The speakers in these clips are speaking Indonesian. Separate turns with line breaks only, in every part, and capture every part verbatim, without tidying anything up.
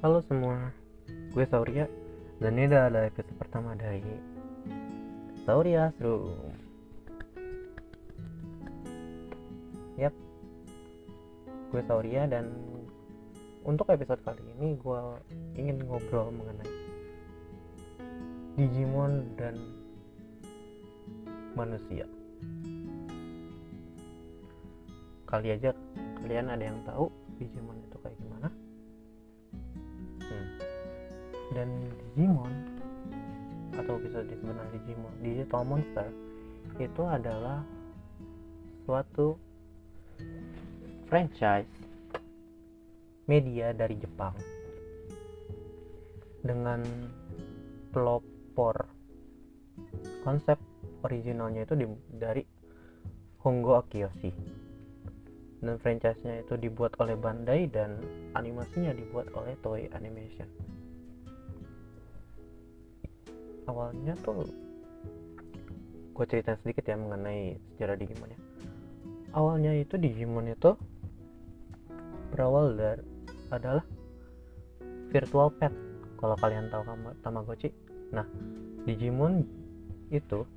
Halo semua, gue Sauria dan ini adalah episode pertama dari Sauria's Room. Yap, gue Sauria dan untuk episode kali ini gue ingin ngobrol mengenai Digimon dan manusia. Kali aja kalian ada yang tahu Digimon itu kayak gimana? Hmm. Dan Digimon atau bisa disebut Digimon, Digital Monster itu adalah suatu franchise media dari Jepang dengan pelopor konsep originalnya itu di, dari Hongo Akiyoshi, dan franchise-nya itu dibuat oleh Bandai dan animasinya dibuat oleh Toei Animation. Awalnya tuh gue cerita sedikit ya mengenai sejarah Digimon ya. Awalnya itu Digimon itu berawal dari adalah virtual pet. Kalau kalian tahu Tamagotchi, nah Digimon itu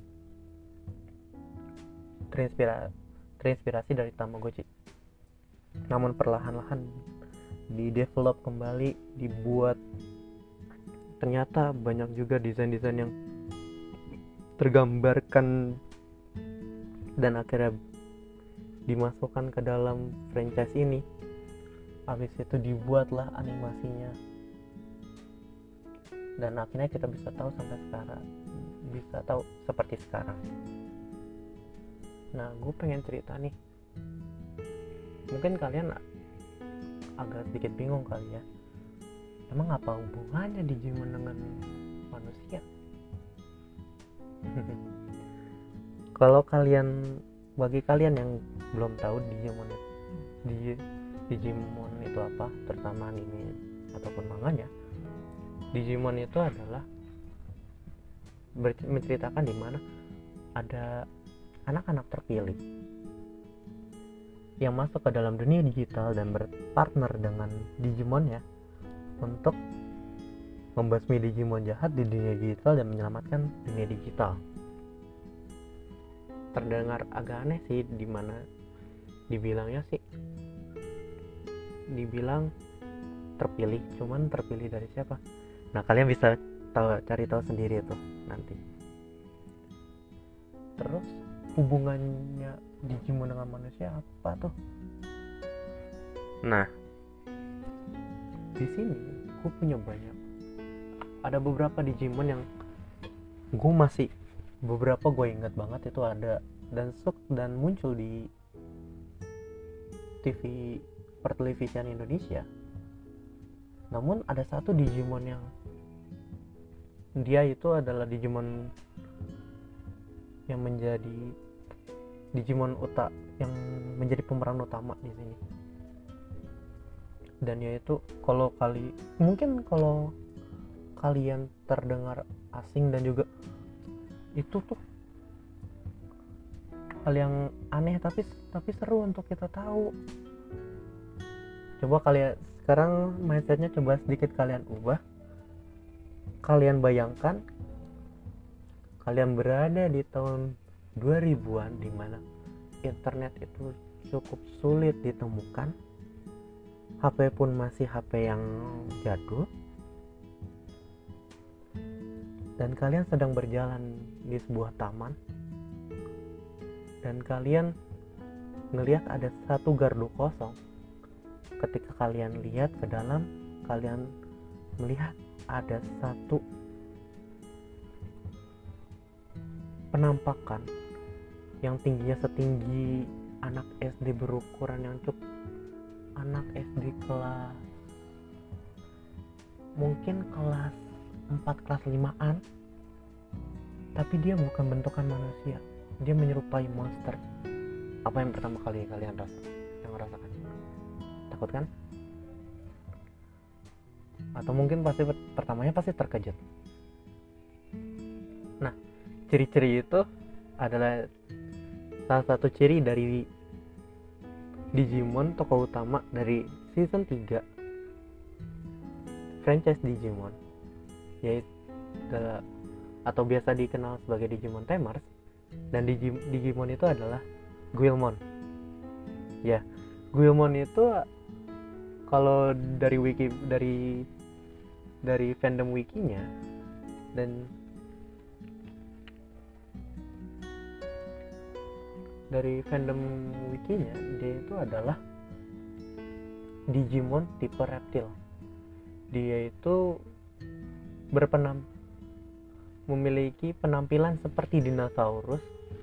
terinspirasi terinspirasi dari Tamagotchi. Namun perlahan-lahan di-develop kembali, dibuat. Ternyata banyak juga desain-desain yang tergambarkan dan akhirnya dimasukkan ke dalam franchise ini. Habis itu dibuatlah animasinya. Dan akhirnya kita bisa tahu sampai sekarang, bisa tahu seperti sekarang. Nah, gue pengen cerita nih. Mungkin kalian agak sedikit bingung kali ya. Emang apa hubungannya Digimon dengan manusia? Kalau kalian, bagi kalian yang belum tahu Digimon di Digimon itu apa, terutama anime ataupun manganya, Digimon itu adalah menceritakan di mana ada anak-anak terpilih yang masuk ke dalam dunia digital dan berpartner dengan Digimon ya untuk membasmi Digimon jahat di dunia digital dan menyelamatkan dunia digital. Terdengar agak aneh sih, dimana dibilangnya sih dibilang terpilih, cuman terpilih dari siapa? Nah, kalian bisa tahu, cari tahu sendiri tuh nanti. Terus hubungannya Digimon dengan manusia apa tuh? Nah, di sini gue punya banyak, ada beberapa Digimon yang gue masih beberapa gue ingat banget itu ada dan suk dan muncul di T V pertelevisian Indonesia. Namun ada satu Digimon yang dia itu adalah Digimon yang menjadi Digimon uta yang menjadi pemeran utama di sini. Dan yaitu kalau kali mungkin kalau kalian terdengar asing dan juga itu tuh hal yang aneh tapi tapi seru untuk kita tahu. Coba kalian sekarang mindsetnya coba sedikit kalian ubah. Kalian bayangkan kalian berada di tahun dua ribuan di mana internet itu cukup sulit ditemukan. H P pun masih H P yang jadul. Dan kalian sedang berjalan di sebuah taman. Dan kalian ngelihat ada satu gardu kosong. Ketika kalian lihat ke dalam, kalian melihat ada satu penampakan yang tingginya setinggi anak S D, berukuran yang cukup anak S D kelas mungkin kelas empat, kelas limaan, tapi dia bukan bentukan manusia, dia menyerupai monster. Apa yang pertama kali kalian rasa, yang rasakan? Takut kan? Atau mungkin pasti pertamanya pasti terkejut. Nah, ciri-ciri itu adalah salah satu ciri dari Digimon, tokoh utama dari season tiga franchise Digimon, yaitu atau biasa dikenal sebagai Digimon Tamers. Dan Digimon itu adalah Guilmon. Ya, Guilmon itu kalau dari wiki dari dari fandom wikinya dan dari fandom wikinya dia itu adalah Digimon tipe reptil. Dia itu berpenam memiliki penampilan seperti dinosaurus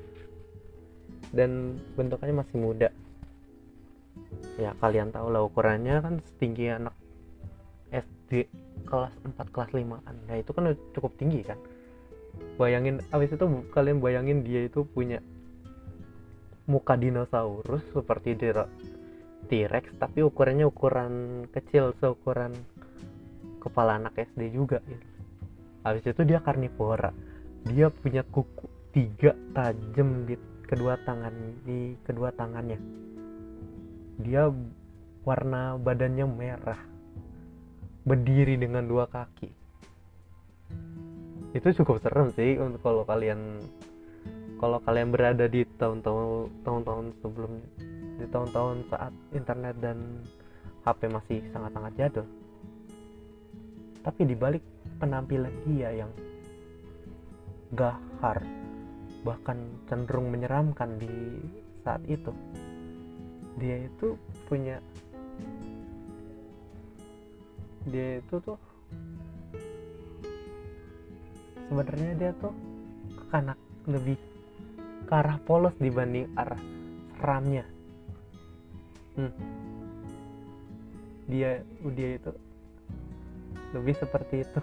dan bentukannya masih muda. Ya kalian tahu lah ukurannya kan setinggi anak S D kelas empat kelas limaan. Nah itu kan cukup tinggi kan. Bayangin abis itu kalian bayangin dia itu punya muka dinosaurus seperti T-Rex tapi ukurannya ukuran kecil seukuran kepala anak S D juga gitu. Habis itu dia karnivora. Dia punya kuku tiga tajam di kedua tangan di kedua tangannya. Dia warna badannya merah. Berdiri dengan dua kaki. Itu cukup serem sih untuk kalau kalian kalau kalian berada di tahun-tahun tahun-tahun sebelumnya, di tahun-tahun saat internet dan H P masih sangat-sangat jadul. Tapi dibalik penampilan dia yang gahar bahkan cenderung menyeramkan di saat itu, dia itu punya dia itu tuh sebenarnya dia tuh kekanak lebih ke arah polos dibanding arah seramnya. hmm. dia dia itu lebih seperti itu.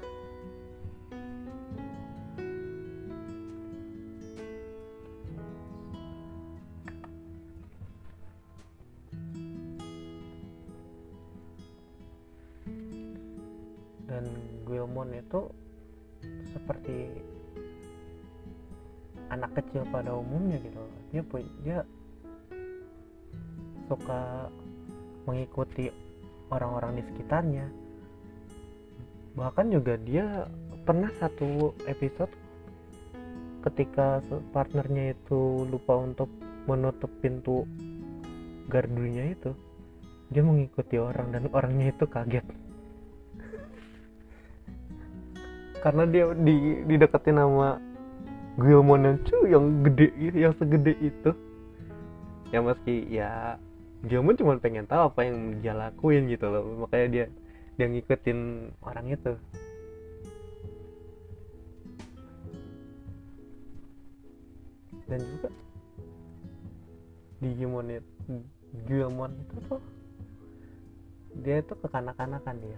Dan Guilmon itu seperti anak kecil pada umumnya gitu. Dia dia suka mengikuti orang-orang di sekitarnya. Bahkan juga dia pernah satu episode ketika partnernya itu lupa untuk menutup pintu gardunya itu, dia mengikuti orang dan orangnya itu kaget karena dia di dideketin sama Guilmon yang cu yang gede yang segede itu. Ya meski ya Guilmon cuma pengen tahu apa yang dia lakuin gitu loh, makanya dia dia ngikutin orang itu. Dan juga Digimon itu Guilmon itu tuh dia itu kekanak-kanakan dia.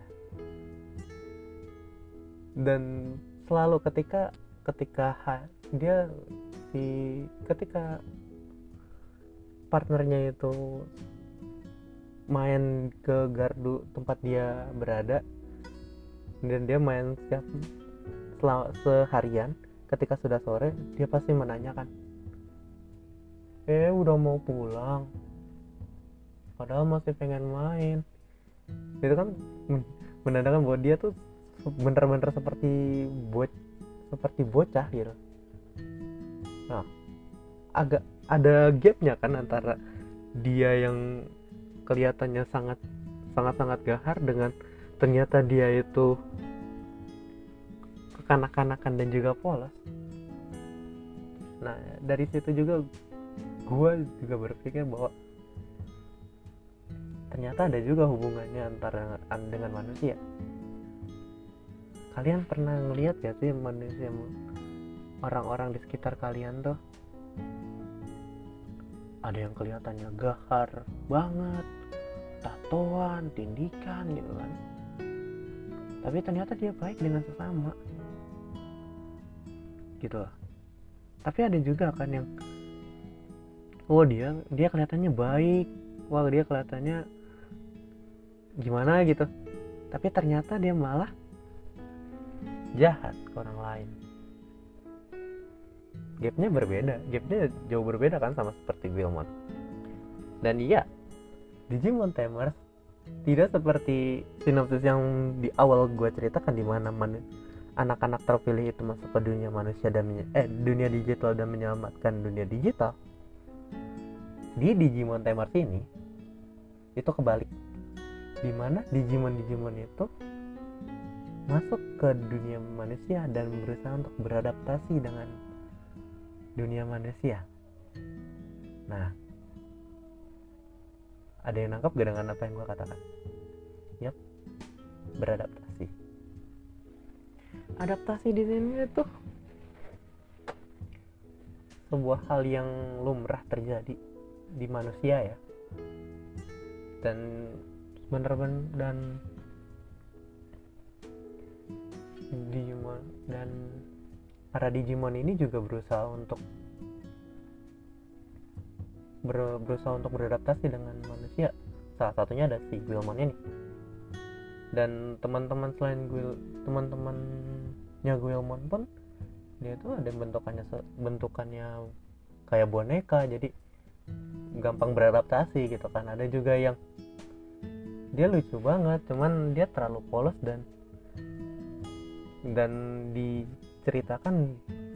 Dan selalu ketika ketika ha, dia si ketika partnernya itu main ke gardu tempat dia berada dan dia main setiap selama, seharian, ketika sudah sore dia pasti menanyakan, eh udah mau pulang padahal masih pengen main. Itu kan menandakan bahwa dia tuh bener-bener seperti bo seperti bocah gitu. Nah agak ada gapnya kan antara dia yang kelihatannya sangat sangat sangat gahar dengan ternyata dia itu kekanak-kanakan dan juga polos. Nah dari situ juga gue juga berpikir bahwa ternyata ada juga hubungannya antara dengan manusia. Kalian pernah ngelihat gak sih manusia, orang-orang di sekitar kalian tuh ada yang kelihatannya gahar banget, tatoan, tindikan gitu kan, tapi ternyata dia baik dengan sesama gitu loh. Tapi ada juga kan yang oh dia dia kelihatannya baik, wah dia kelihatannya gimana gitu, tapi ternyata dia malah jahat ke orang lain. Gapnya berbeda, gapnya jauh berbeda kan sama seperti Guilmon. Dan iya, Digimon Tamers tidak seperti sinopsis yang di awal gue ceritakan, di mana manu- anak-anak terpilih itu masuk ke dunia manusia dan menye- eh dunia digital dan menyelamatkan dunia digital. Di Digimon Tamers ini itu kebalik, di mana Digimon Digimon itu masuk ke dunia manusia dan berusaha untuk beradaptasi dengan dunia manusia. Nah, ada yang nangkap gak dengan apa yang gue katakan? Yap, beradaptasi. Adaptasi di sini itu sebuah hal yang lumrah terjadi di manusia ya. Dan benar-benar dan Digimon dan para Digimon ini juga berusaha untuk ber, berusaha untuk beradaptasi dengan manusia. Salah satunya ada si Guilmon ini. Dan teman-teman selain Guil, teman-temannya Guilmon pun dia tuh ada bentukannya bentukannya kayak boneka, jadi gampang beradaptasi gitu kan. Ada juga yang dia lucu banget, cuman dia terlalu polos dan dan diceritakan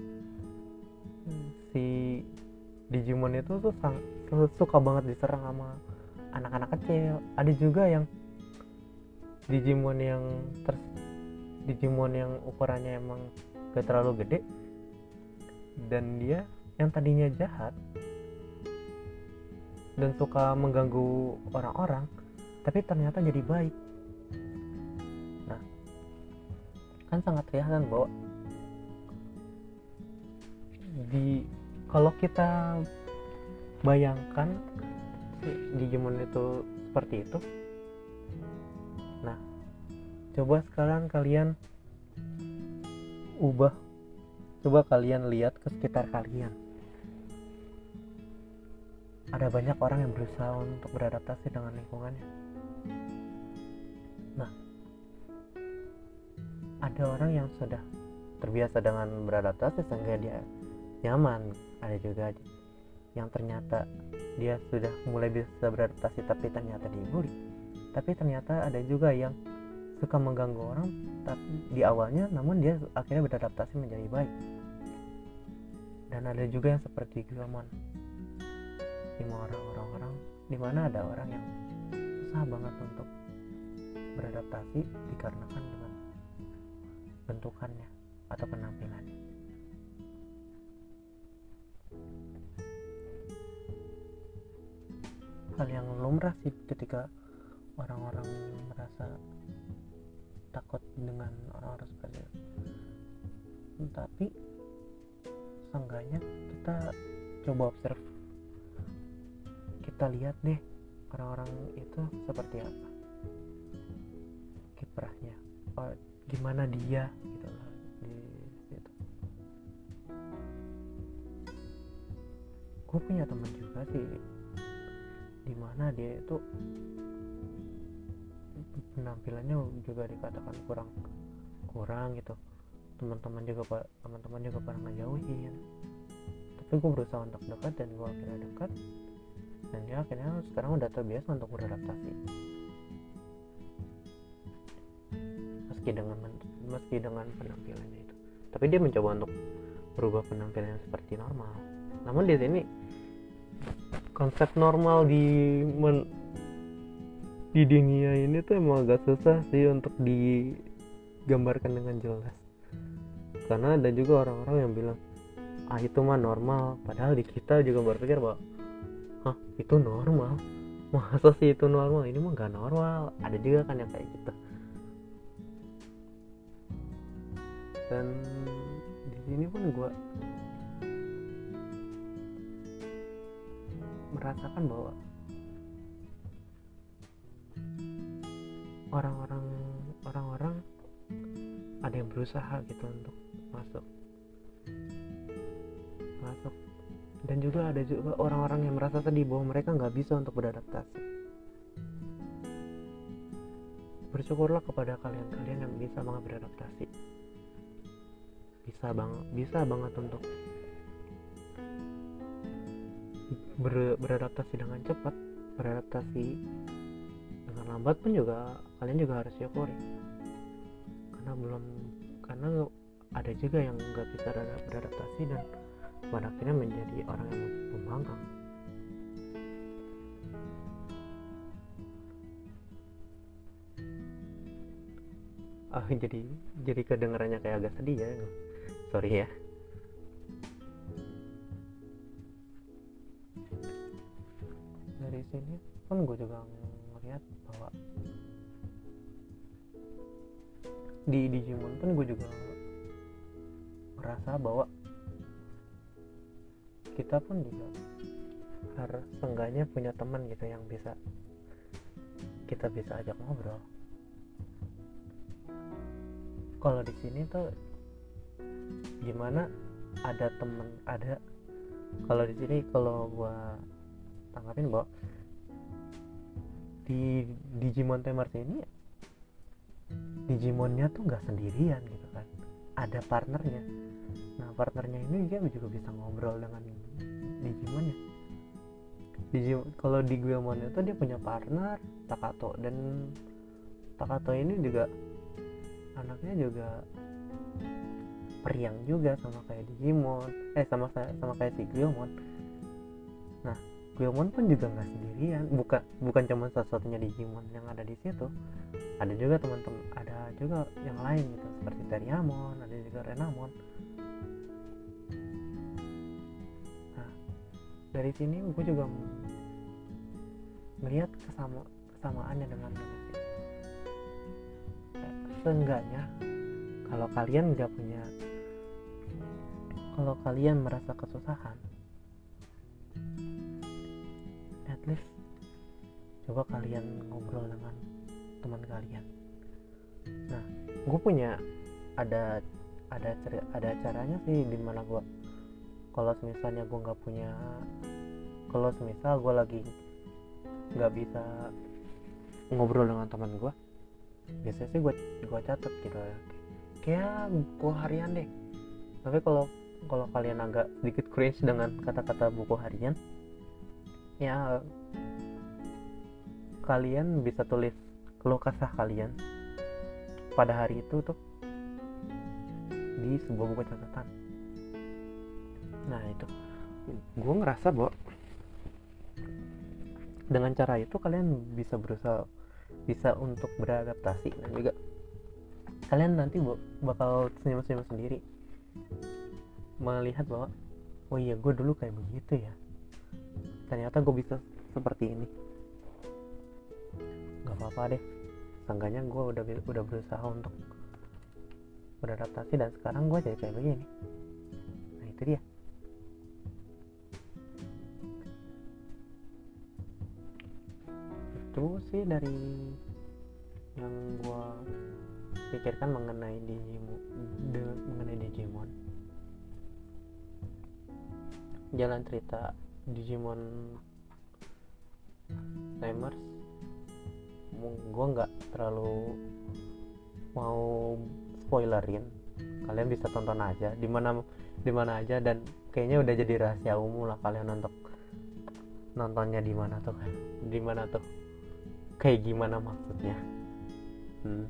si Digimon itu tuh sang, suka banget diserang sama anak-anak kecil. Ada juga yang Digimon yang ter, Digimon yang ukurannya emang gak terlalu gede, dan dia yang tadinya jahat dan suka mengganggu orang-orang, tapi ternyata jadi baik. Nah, kan sangat kelihatan bahwa di kalau kita bayangkan Digimon itu seperti itu. Nah, coba sekarang kalian ubah, coba kalian lihat ke sekitar kalian. Ada banyak orang yang berusaha untuk beradaptasi dengan lingkungannya. Nah, ada orang yang sudah terbiasa dengan beradaptasi sehingga dia nyaman. Ada juga yang ternyata dia sudah mulai bisa beradaptasi tapi ternyata dibully. Tapi ternyata ada juga yang suka mengganggu orang tapi di awalnya, namun dia akhirnya beradaptasi menjadi baik. Dan ada juga yang seperti Guilmon, lima orang-orang di mana ada orang yang susah banget untuk beradaptasi dikarenakan dengan bentukannya atau penampilannya. Hal yang lumrah sih ketika orang-orang merasa takut dengan orang-orang seperti itu. Tapi seenggaknya kita coba observe, kita lihat deh orang-orang itu seperti apa kiprahnya, oh, gimana dia gitu loh di situ. Gue punya teman juga sih, dimana dia itu penampilannya juga dikatakan kurang kurang gitu. Teman-teman juga teman-teman juga pernah ngejauhin, tapi gue berusaha untuk dekat dan gue akhirnya dekat, dan dia akhirnya sekarang udah terbiasa untuk beradaptasi meski dengan meski dengan penampilannya itu. Tapi dia mencoba untuk berubah penampilannya seperti normal. Namun di sini konsep normal di men, di dunia ini tuh emang agak susah sih untuk digambarkan dengan jelas, karena ada juga orang-orang yang bilang ah itu mah normal, padahal di kita juga berpikir bahwa hah itu normal, masa sih itu normal, ini mah gak normal. Ada juga kan yang kayak gitu. Dan di sini pun gue merasakan bahwa orang-orang orang-orang ada yang berusaha gitu untuk masuk masuk dan juga ada juga orang-orang yang merasa sedih bahwa mereka nggak bisa untuk beradaptasi. Bersyukurlah kepada kalian-kalian yang bisa banget beradaptasi, bisa banget bisa banget untuk ber, beradaptasi dengan cepat, beradaptasi dengan lambat pun juga kalian juga harus syukuri, karena belum karena ada juga yang nggak bisa beradaptasi dan pada akhirnya menjadi orang yang membangkang. Ah, jadi jadi kedengarannya kayak agak sedih ya, sorry ya. Dari sini pun gue juga ngeliat bahwa di Digimon pun gue juga merasa bahwa kita pun juga harus seenggaknya punya teman gitu yang bisa kita bisa ajak ngobrol. Kalau di sini tuh gimana, ada temen ada kalau di sini kalau gua tanggapin bahwa di Digimon Tamers ini Digimonnya tuh nggak sendirian gitu kan, ada partnernya. Nah partnernya ini dia juga bisa ngobrol dengan Digimonnya. Digimon kalau di Guilmon itu dia punya partner Takato, dan Takato ini juga anaknya juga periang juga sama kayak Digimon, eh sama sama kayak si Guilmon. Nah, Guilmon pun juga nggak sendirian, bukan bukan cuma satu-satunya Digimon yang ada di situ. Ada juga teman-teman, ada juga yang lain gitu, seperti Teriamon, ada juga Renamon. Nah, dari sini gue juga melihat kesama kesamaannya dengan manusia. Seenggaknya kalau kalian nggak punya kalau kalian merasa kesusahan, at least coba kalian ngobrol dengan teman kalian. Nah gue punya ada ada ada caranya sih, dimana gue kalau misalnya gue nggak punya kalau misal gue lagi nggak bisa ngobrol dengan teman gue, biasanya sih gue gue catat gitu ya, kayak buku harian deh. Tapi kalau kalau kalian agak sedikit cringe dengan kata-kata buku harian, ya kalian bisa tulis keluh kesah kalian pada hari itu tuh di sebuah buku catatan. Nah itu gue ngerasa bahwa dengan cara itu kalian bisa berusaha bisa untuk beradaptasi, dan juga kalian nanti bakal senyum-senyum sendiri melihat bahwa oh iya gue dulu kayak begitu ya, ternyata gue bisa seperti ini. Gak apa-apa deh, seenggaknya gue udah udah berusaha untuk beradaptasi dan sekarang gue jadi kayak begini. Nah itu dia. Itu sih dari yang gue pikirkan mengenai Digimon, de, mengenai Digimon. Jalan cerita Digimon Tamers, gue nggak terlalu mau spoilerin, kalian bisa tonton aja di mana di mana aja, dan kayaknya udah jadi rahasia umum lah kalian untuk nontonnya di mana tuh kan, di mana tuh kayak gimana maksudnya. hmm.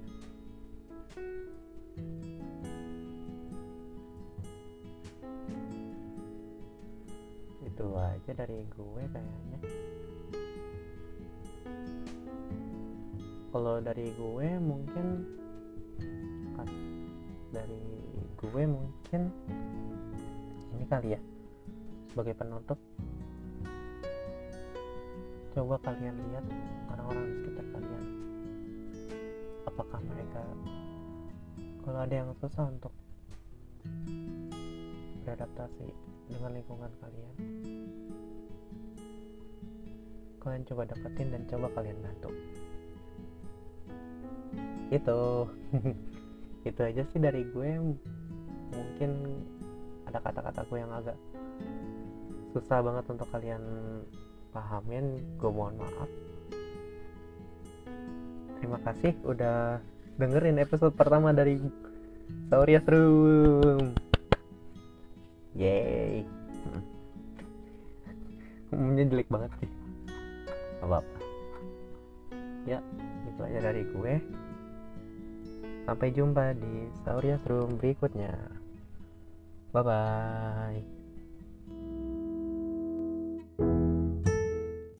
Itu aja dari gue kayaknya. Kalau dari gue mungkin dari gue mungkin ini kali ya, sebagai penutup, coba kalian lihat orang-orang di sekitar kalian, apakah mereka, kalau ada yang susah untuk beradaptasi dengan lingkungan kalian, kalian coba deketin dan coba kalian bantu. Itu itu aja sih dari gue. Mungkin ada kata-kata gue yang agak susah banget untuk kalian pahamin, gue mohon maaf. Terima kasih udah dengerin episode pertama dari Saurias Room. Yeay. Umumnya jelek banget sih, gak apa-apa. Ya, itu aja dari gue. Sampai jumpa di Saurias Room berikutnya. Bye bye.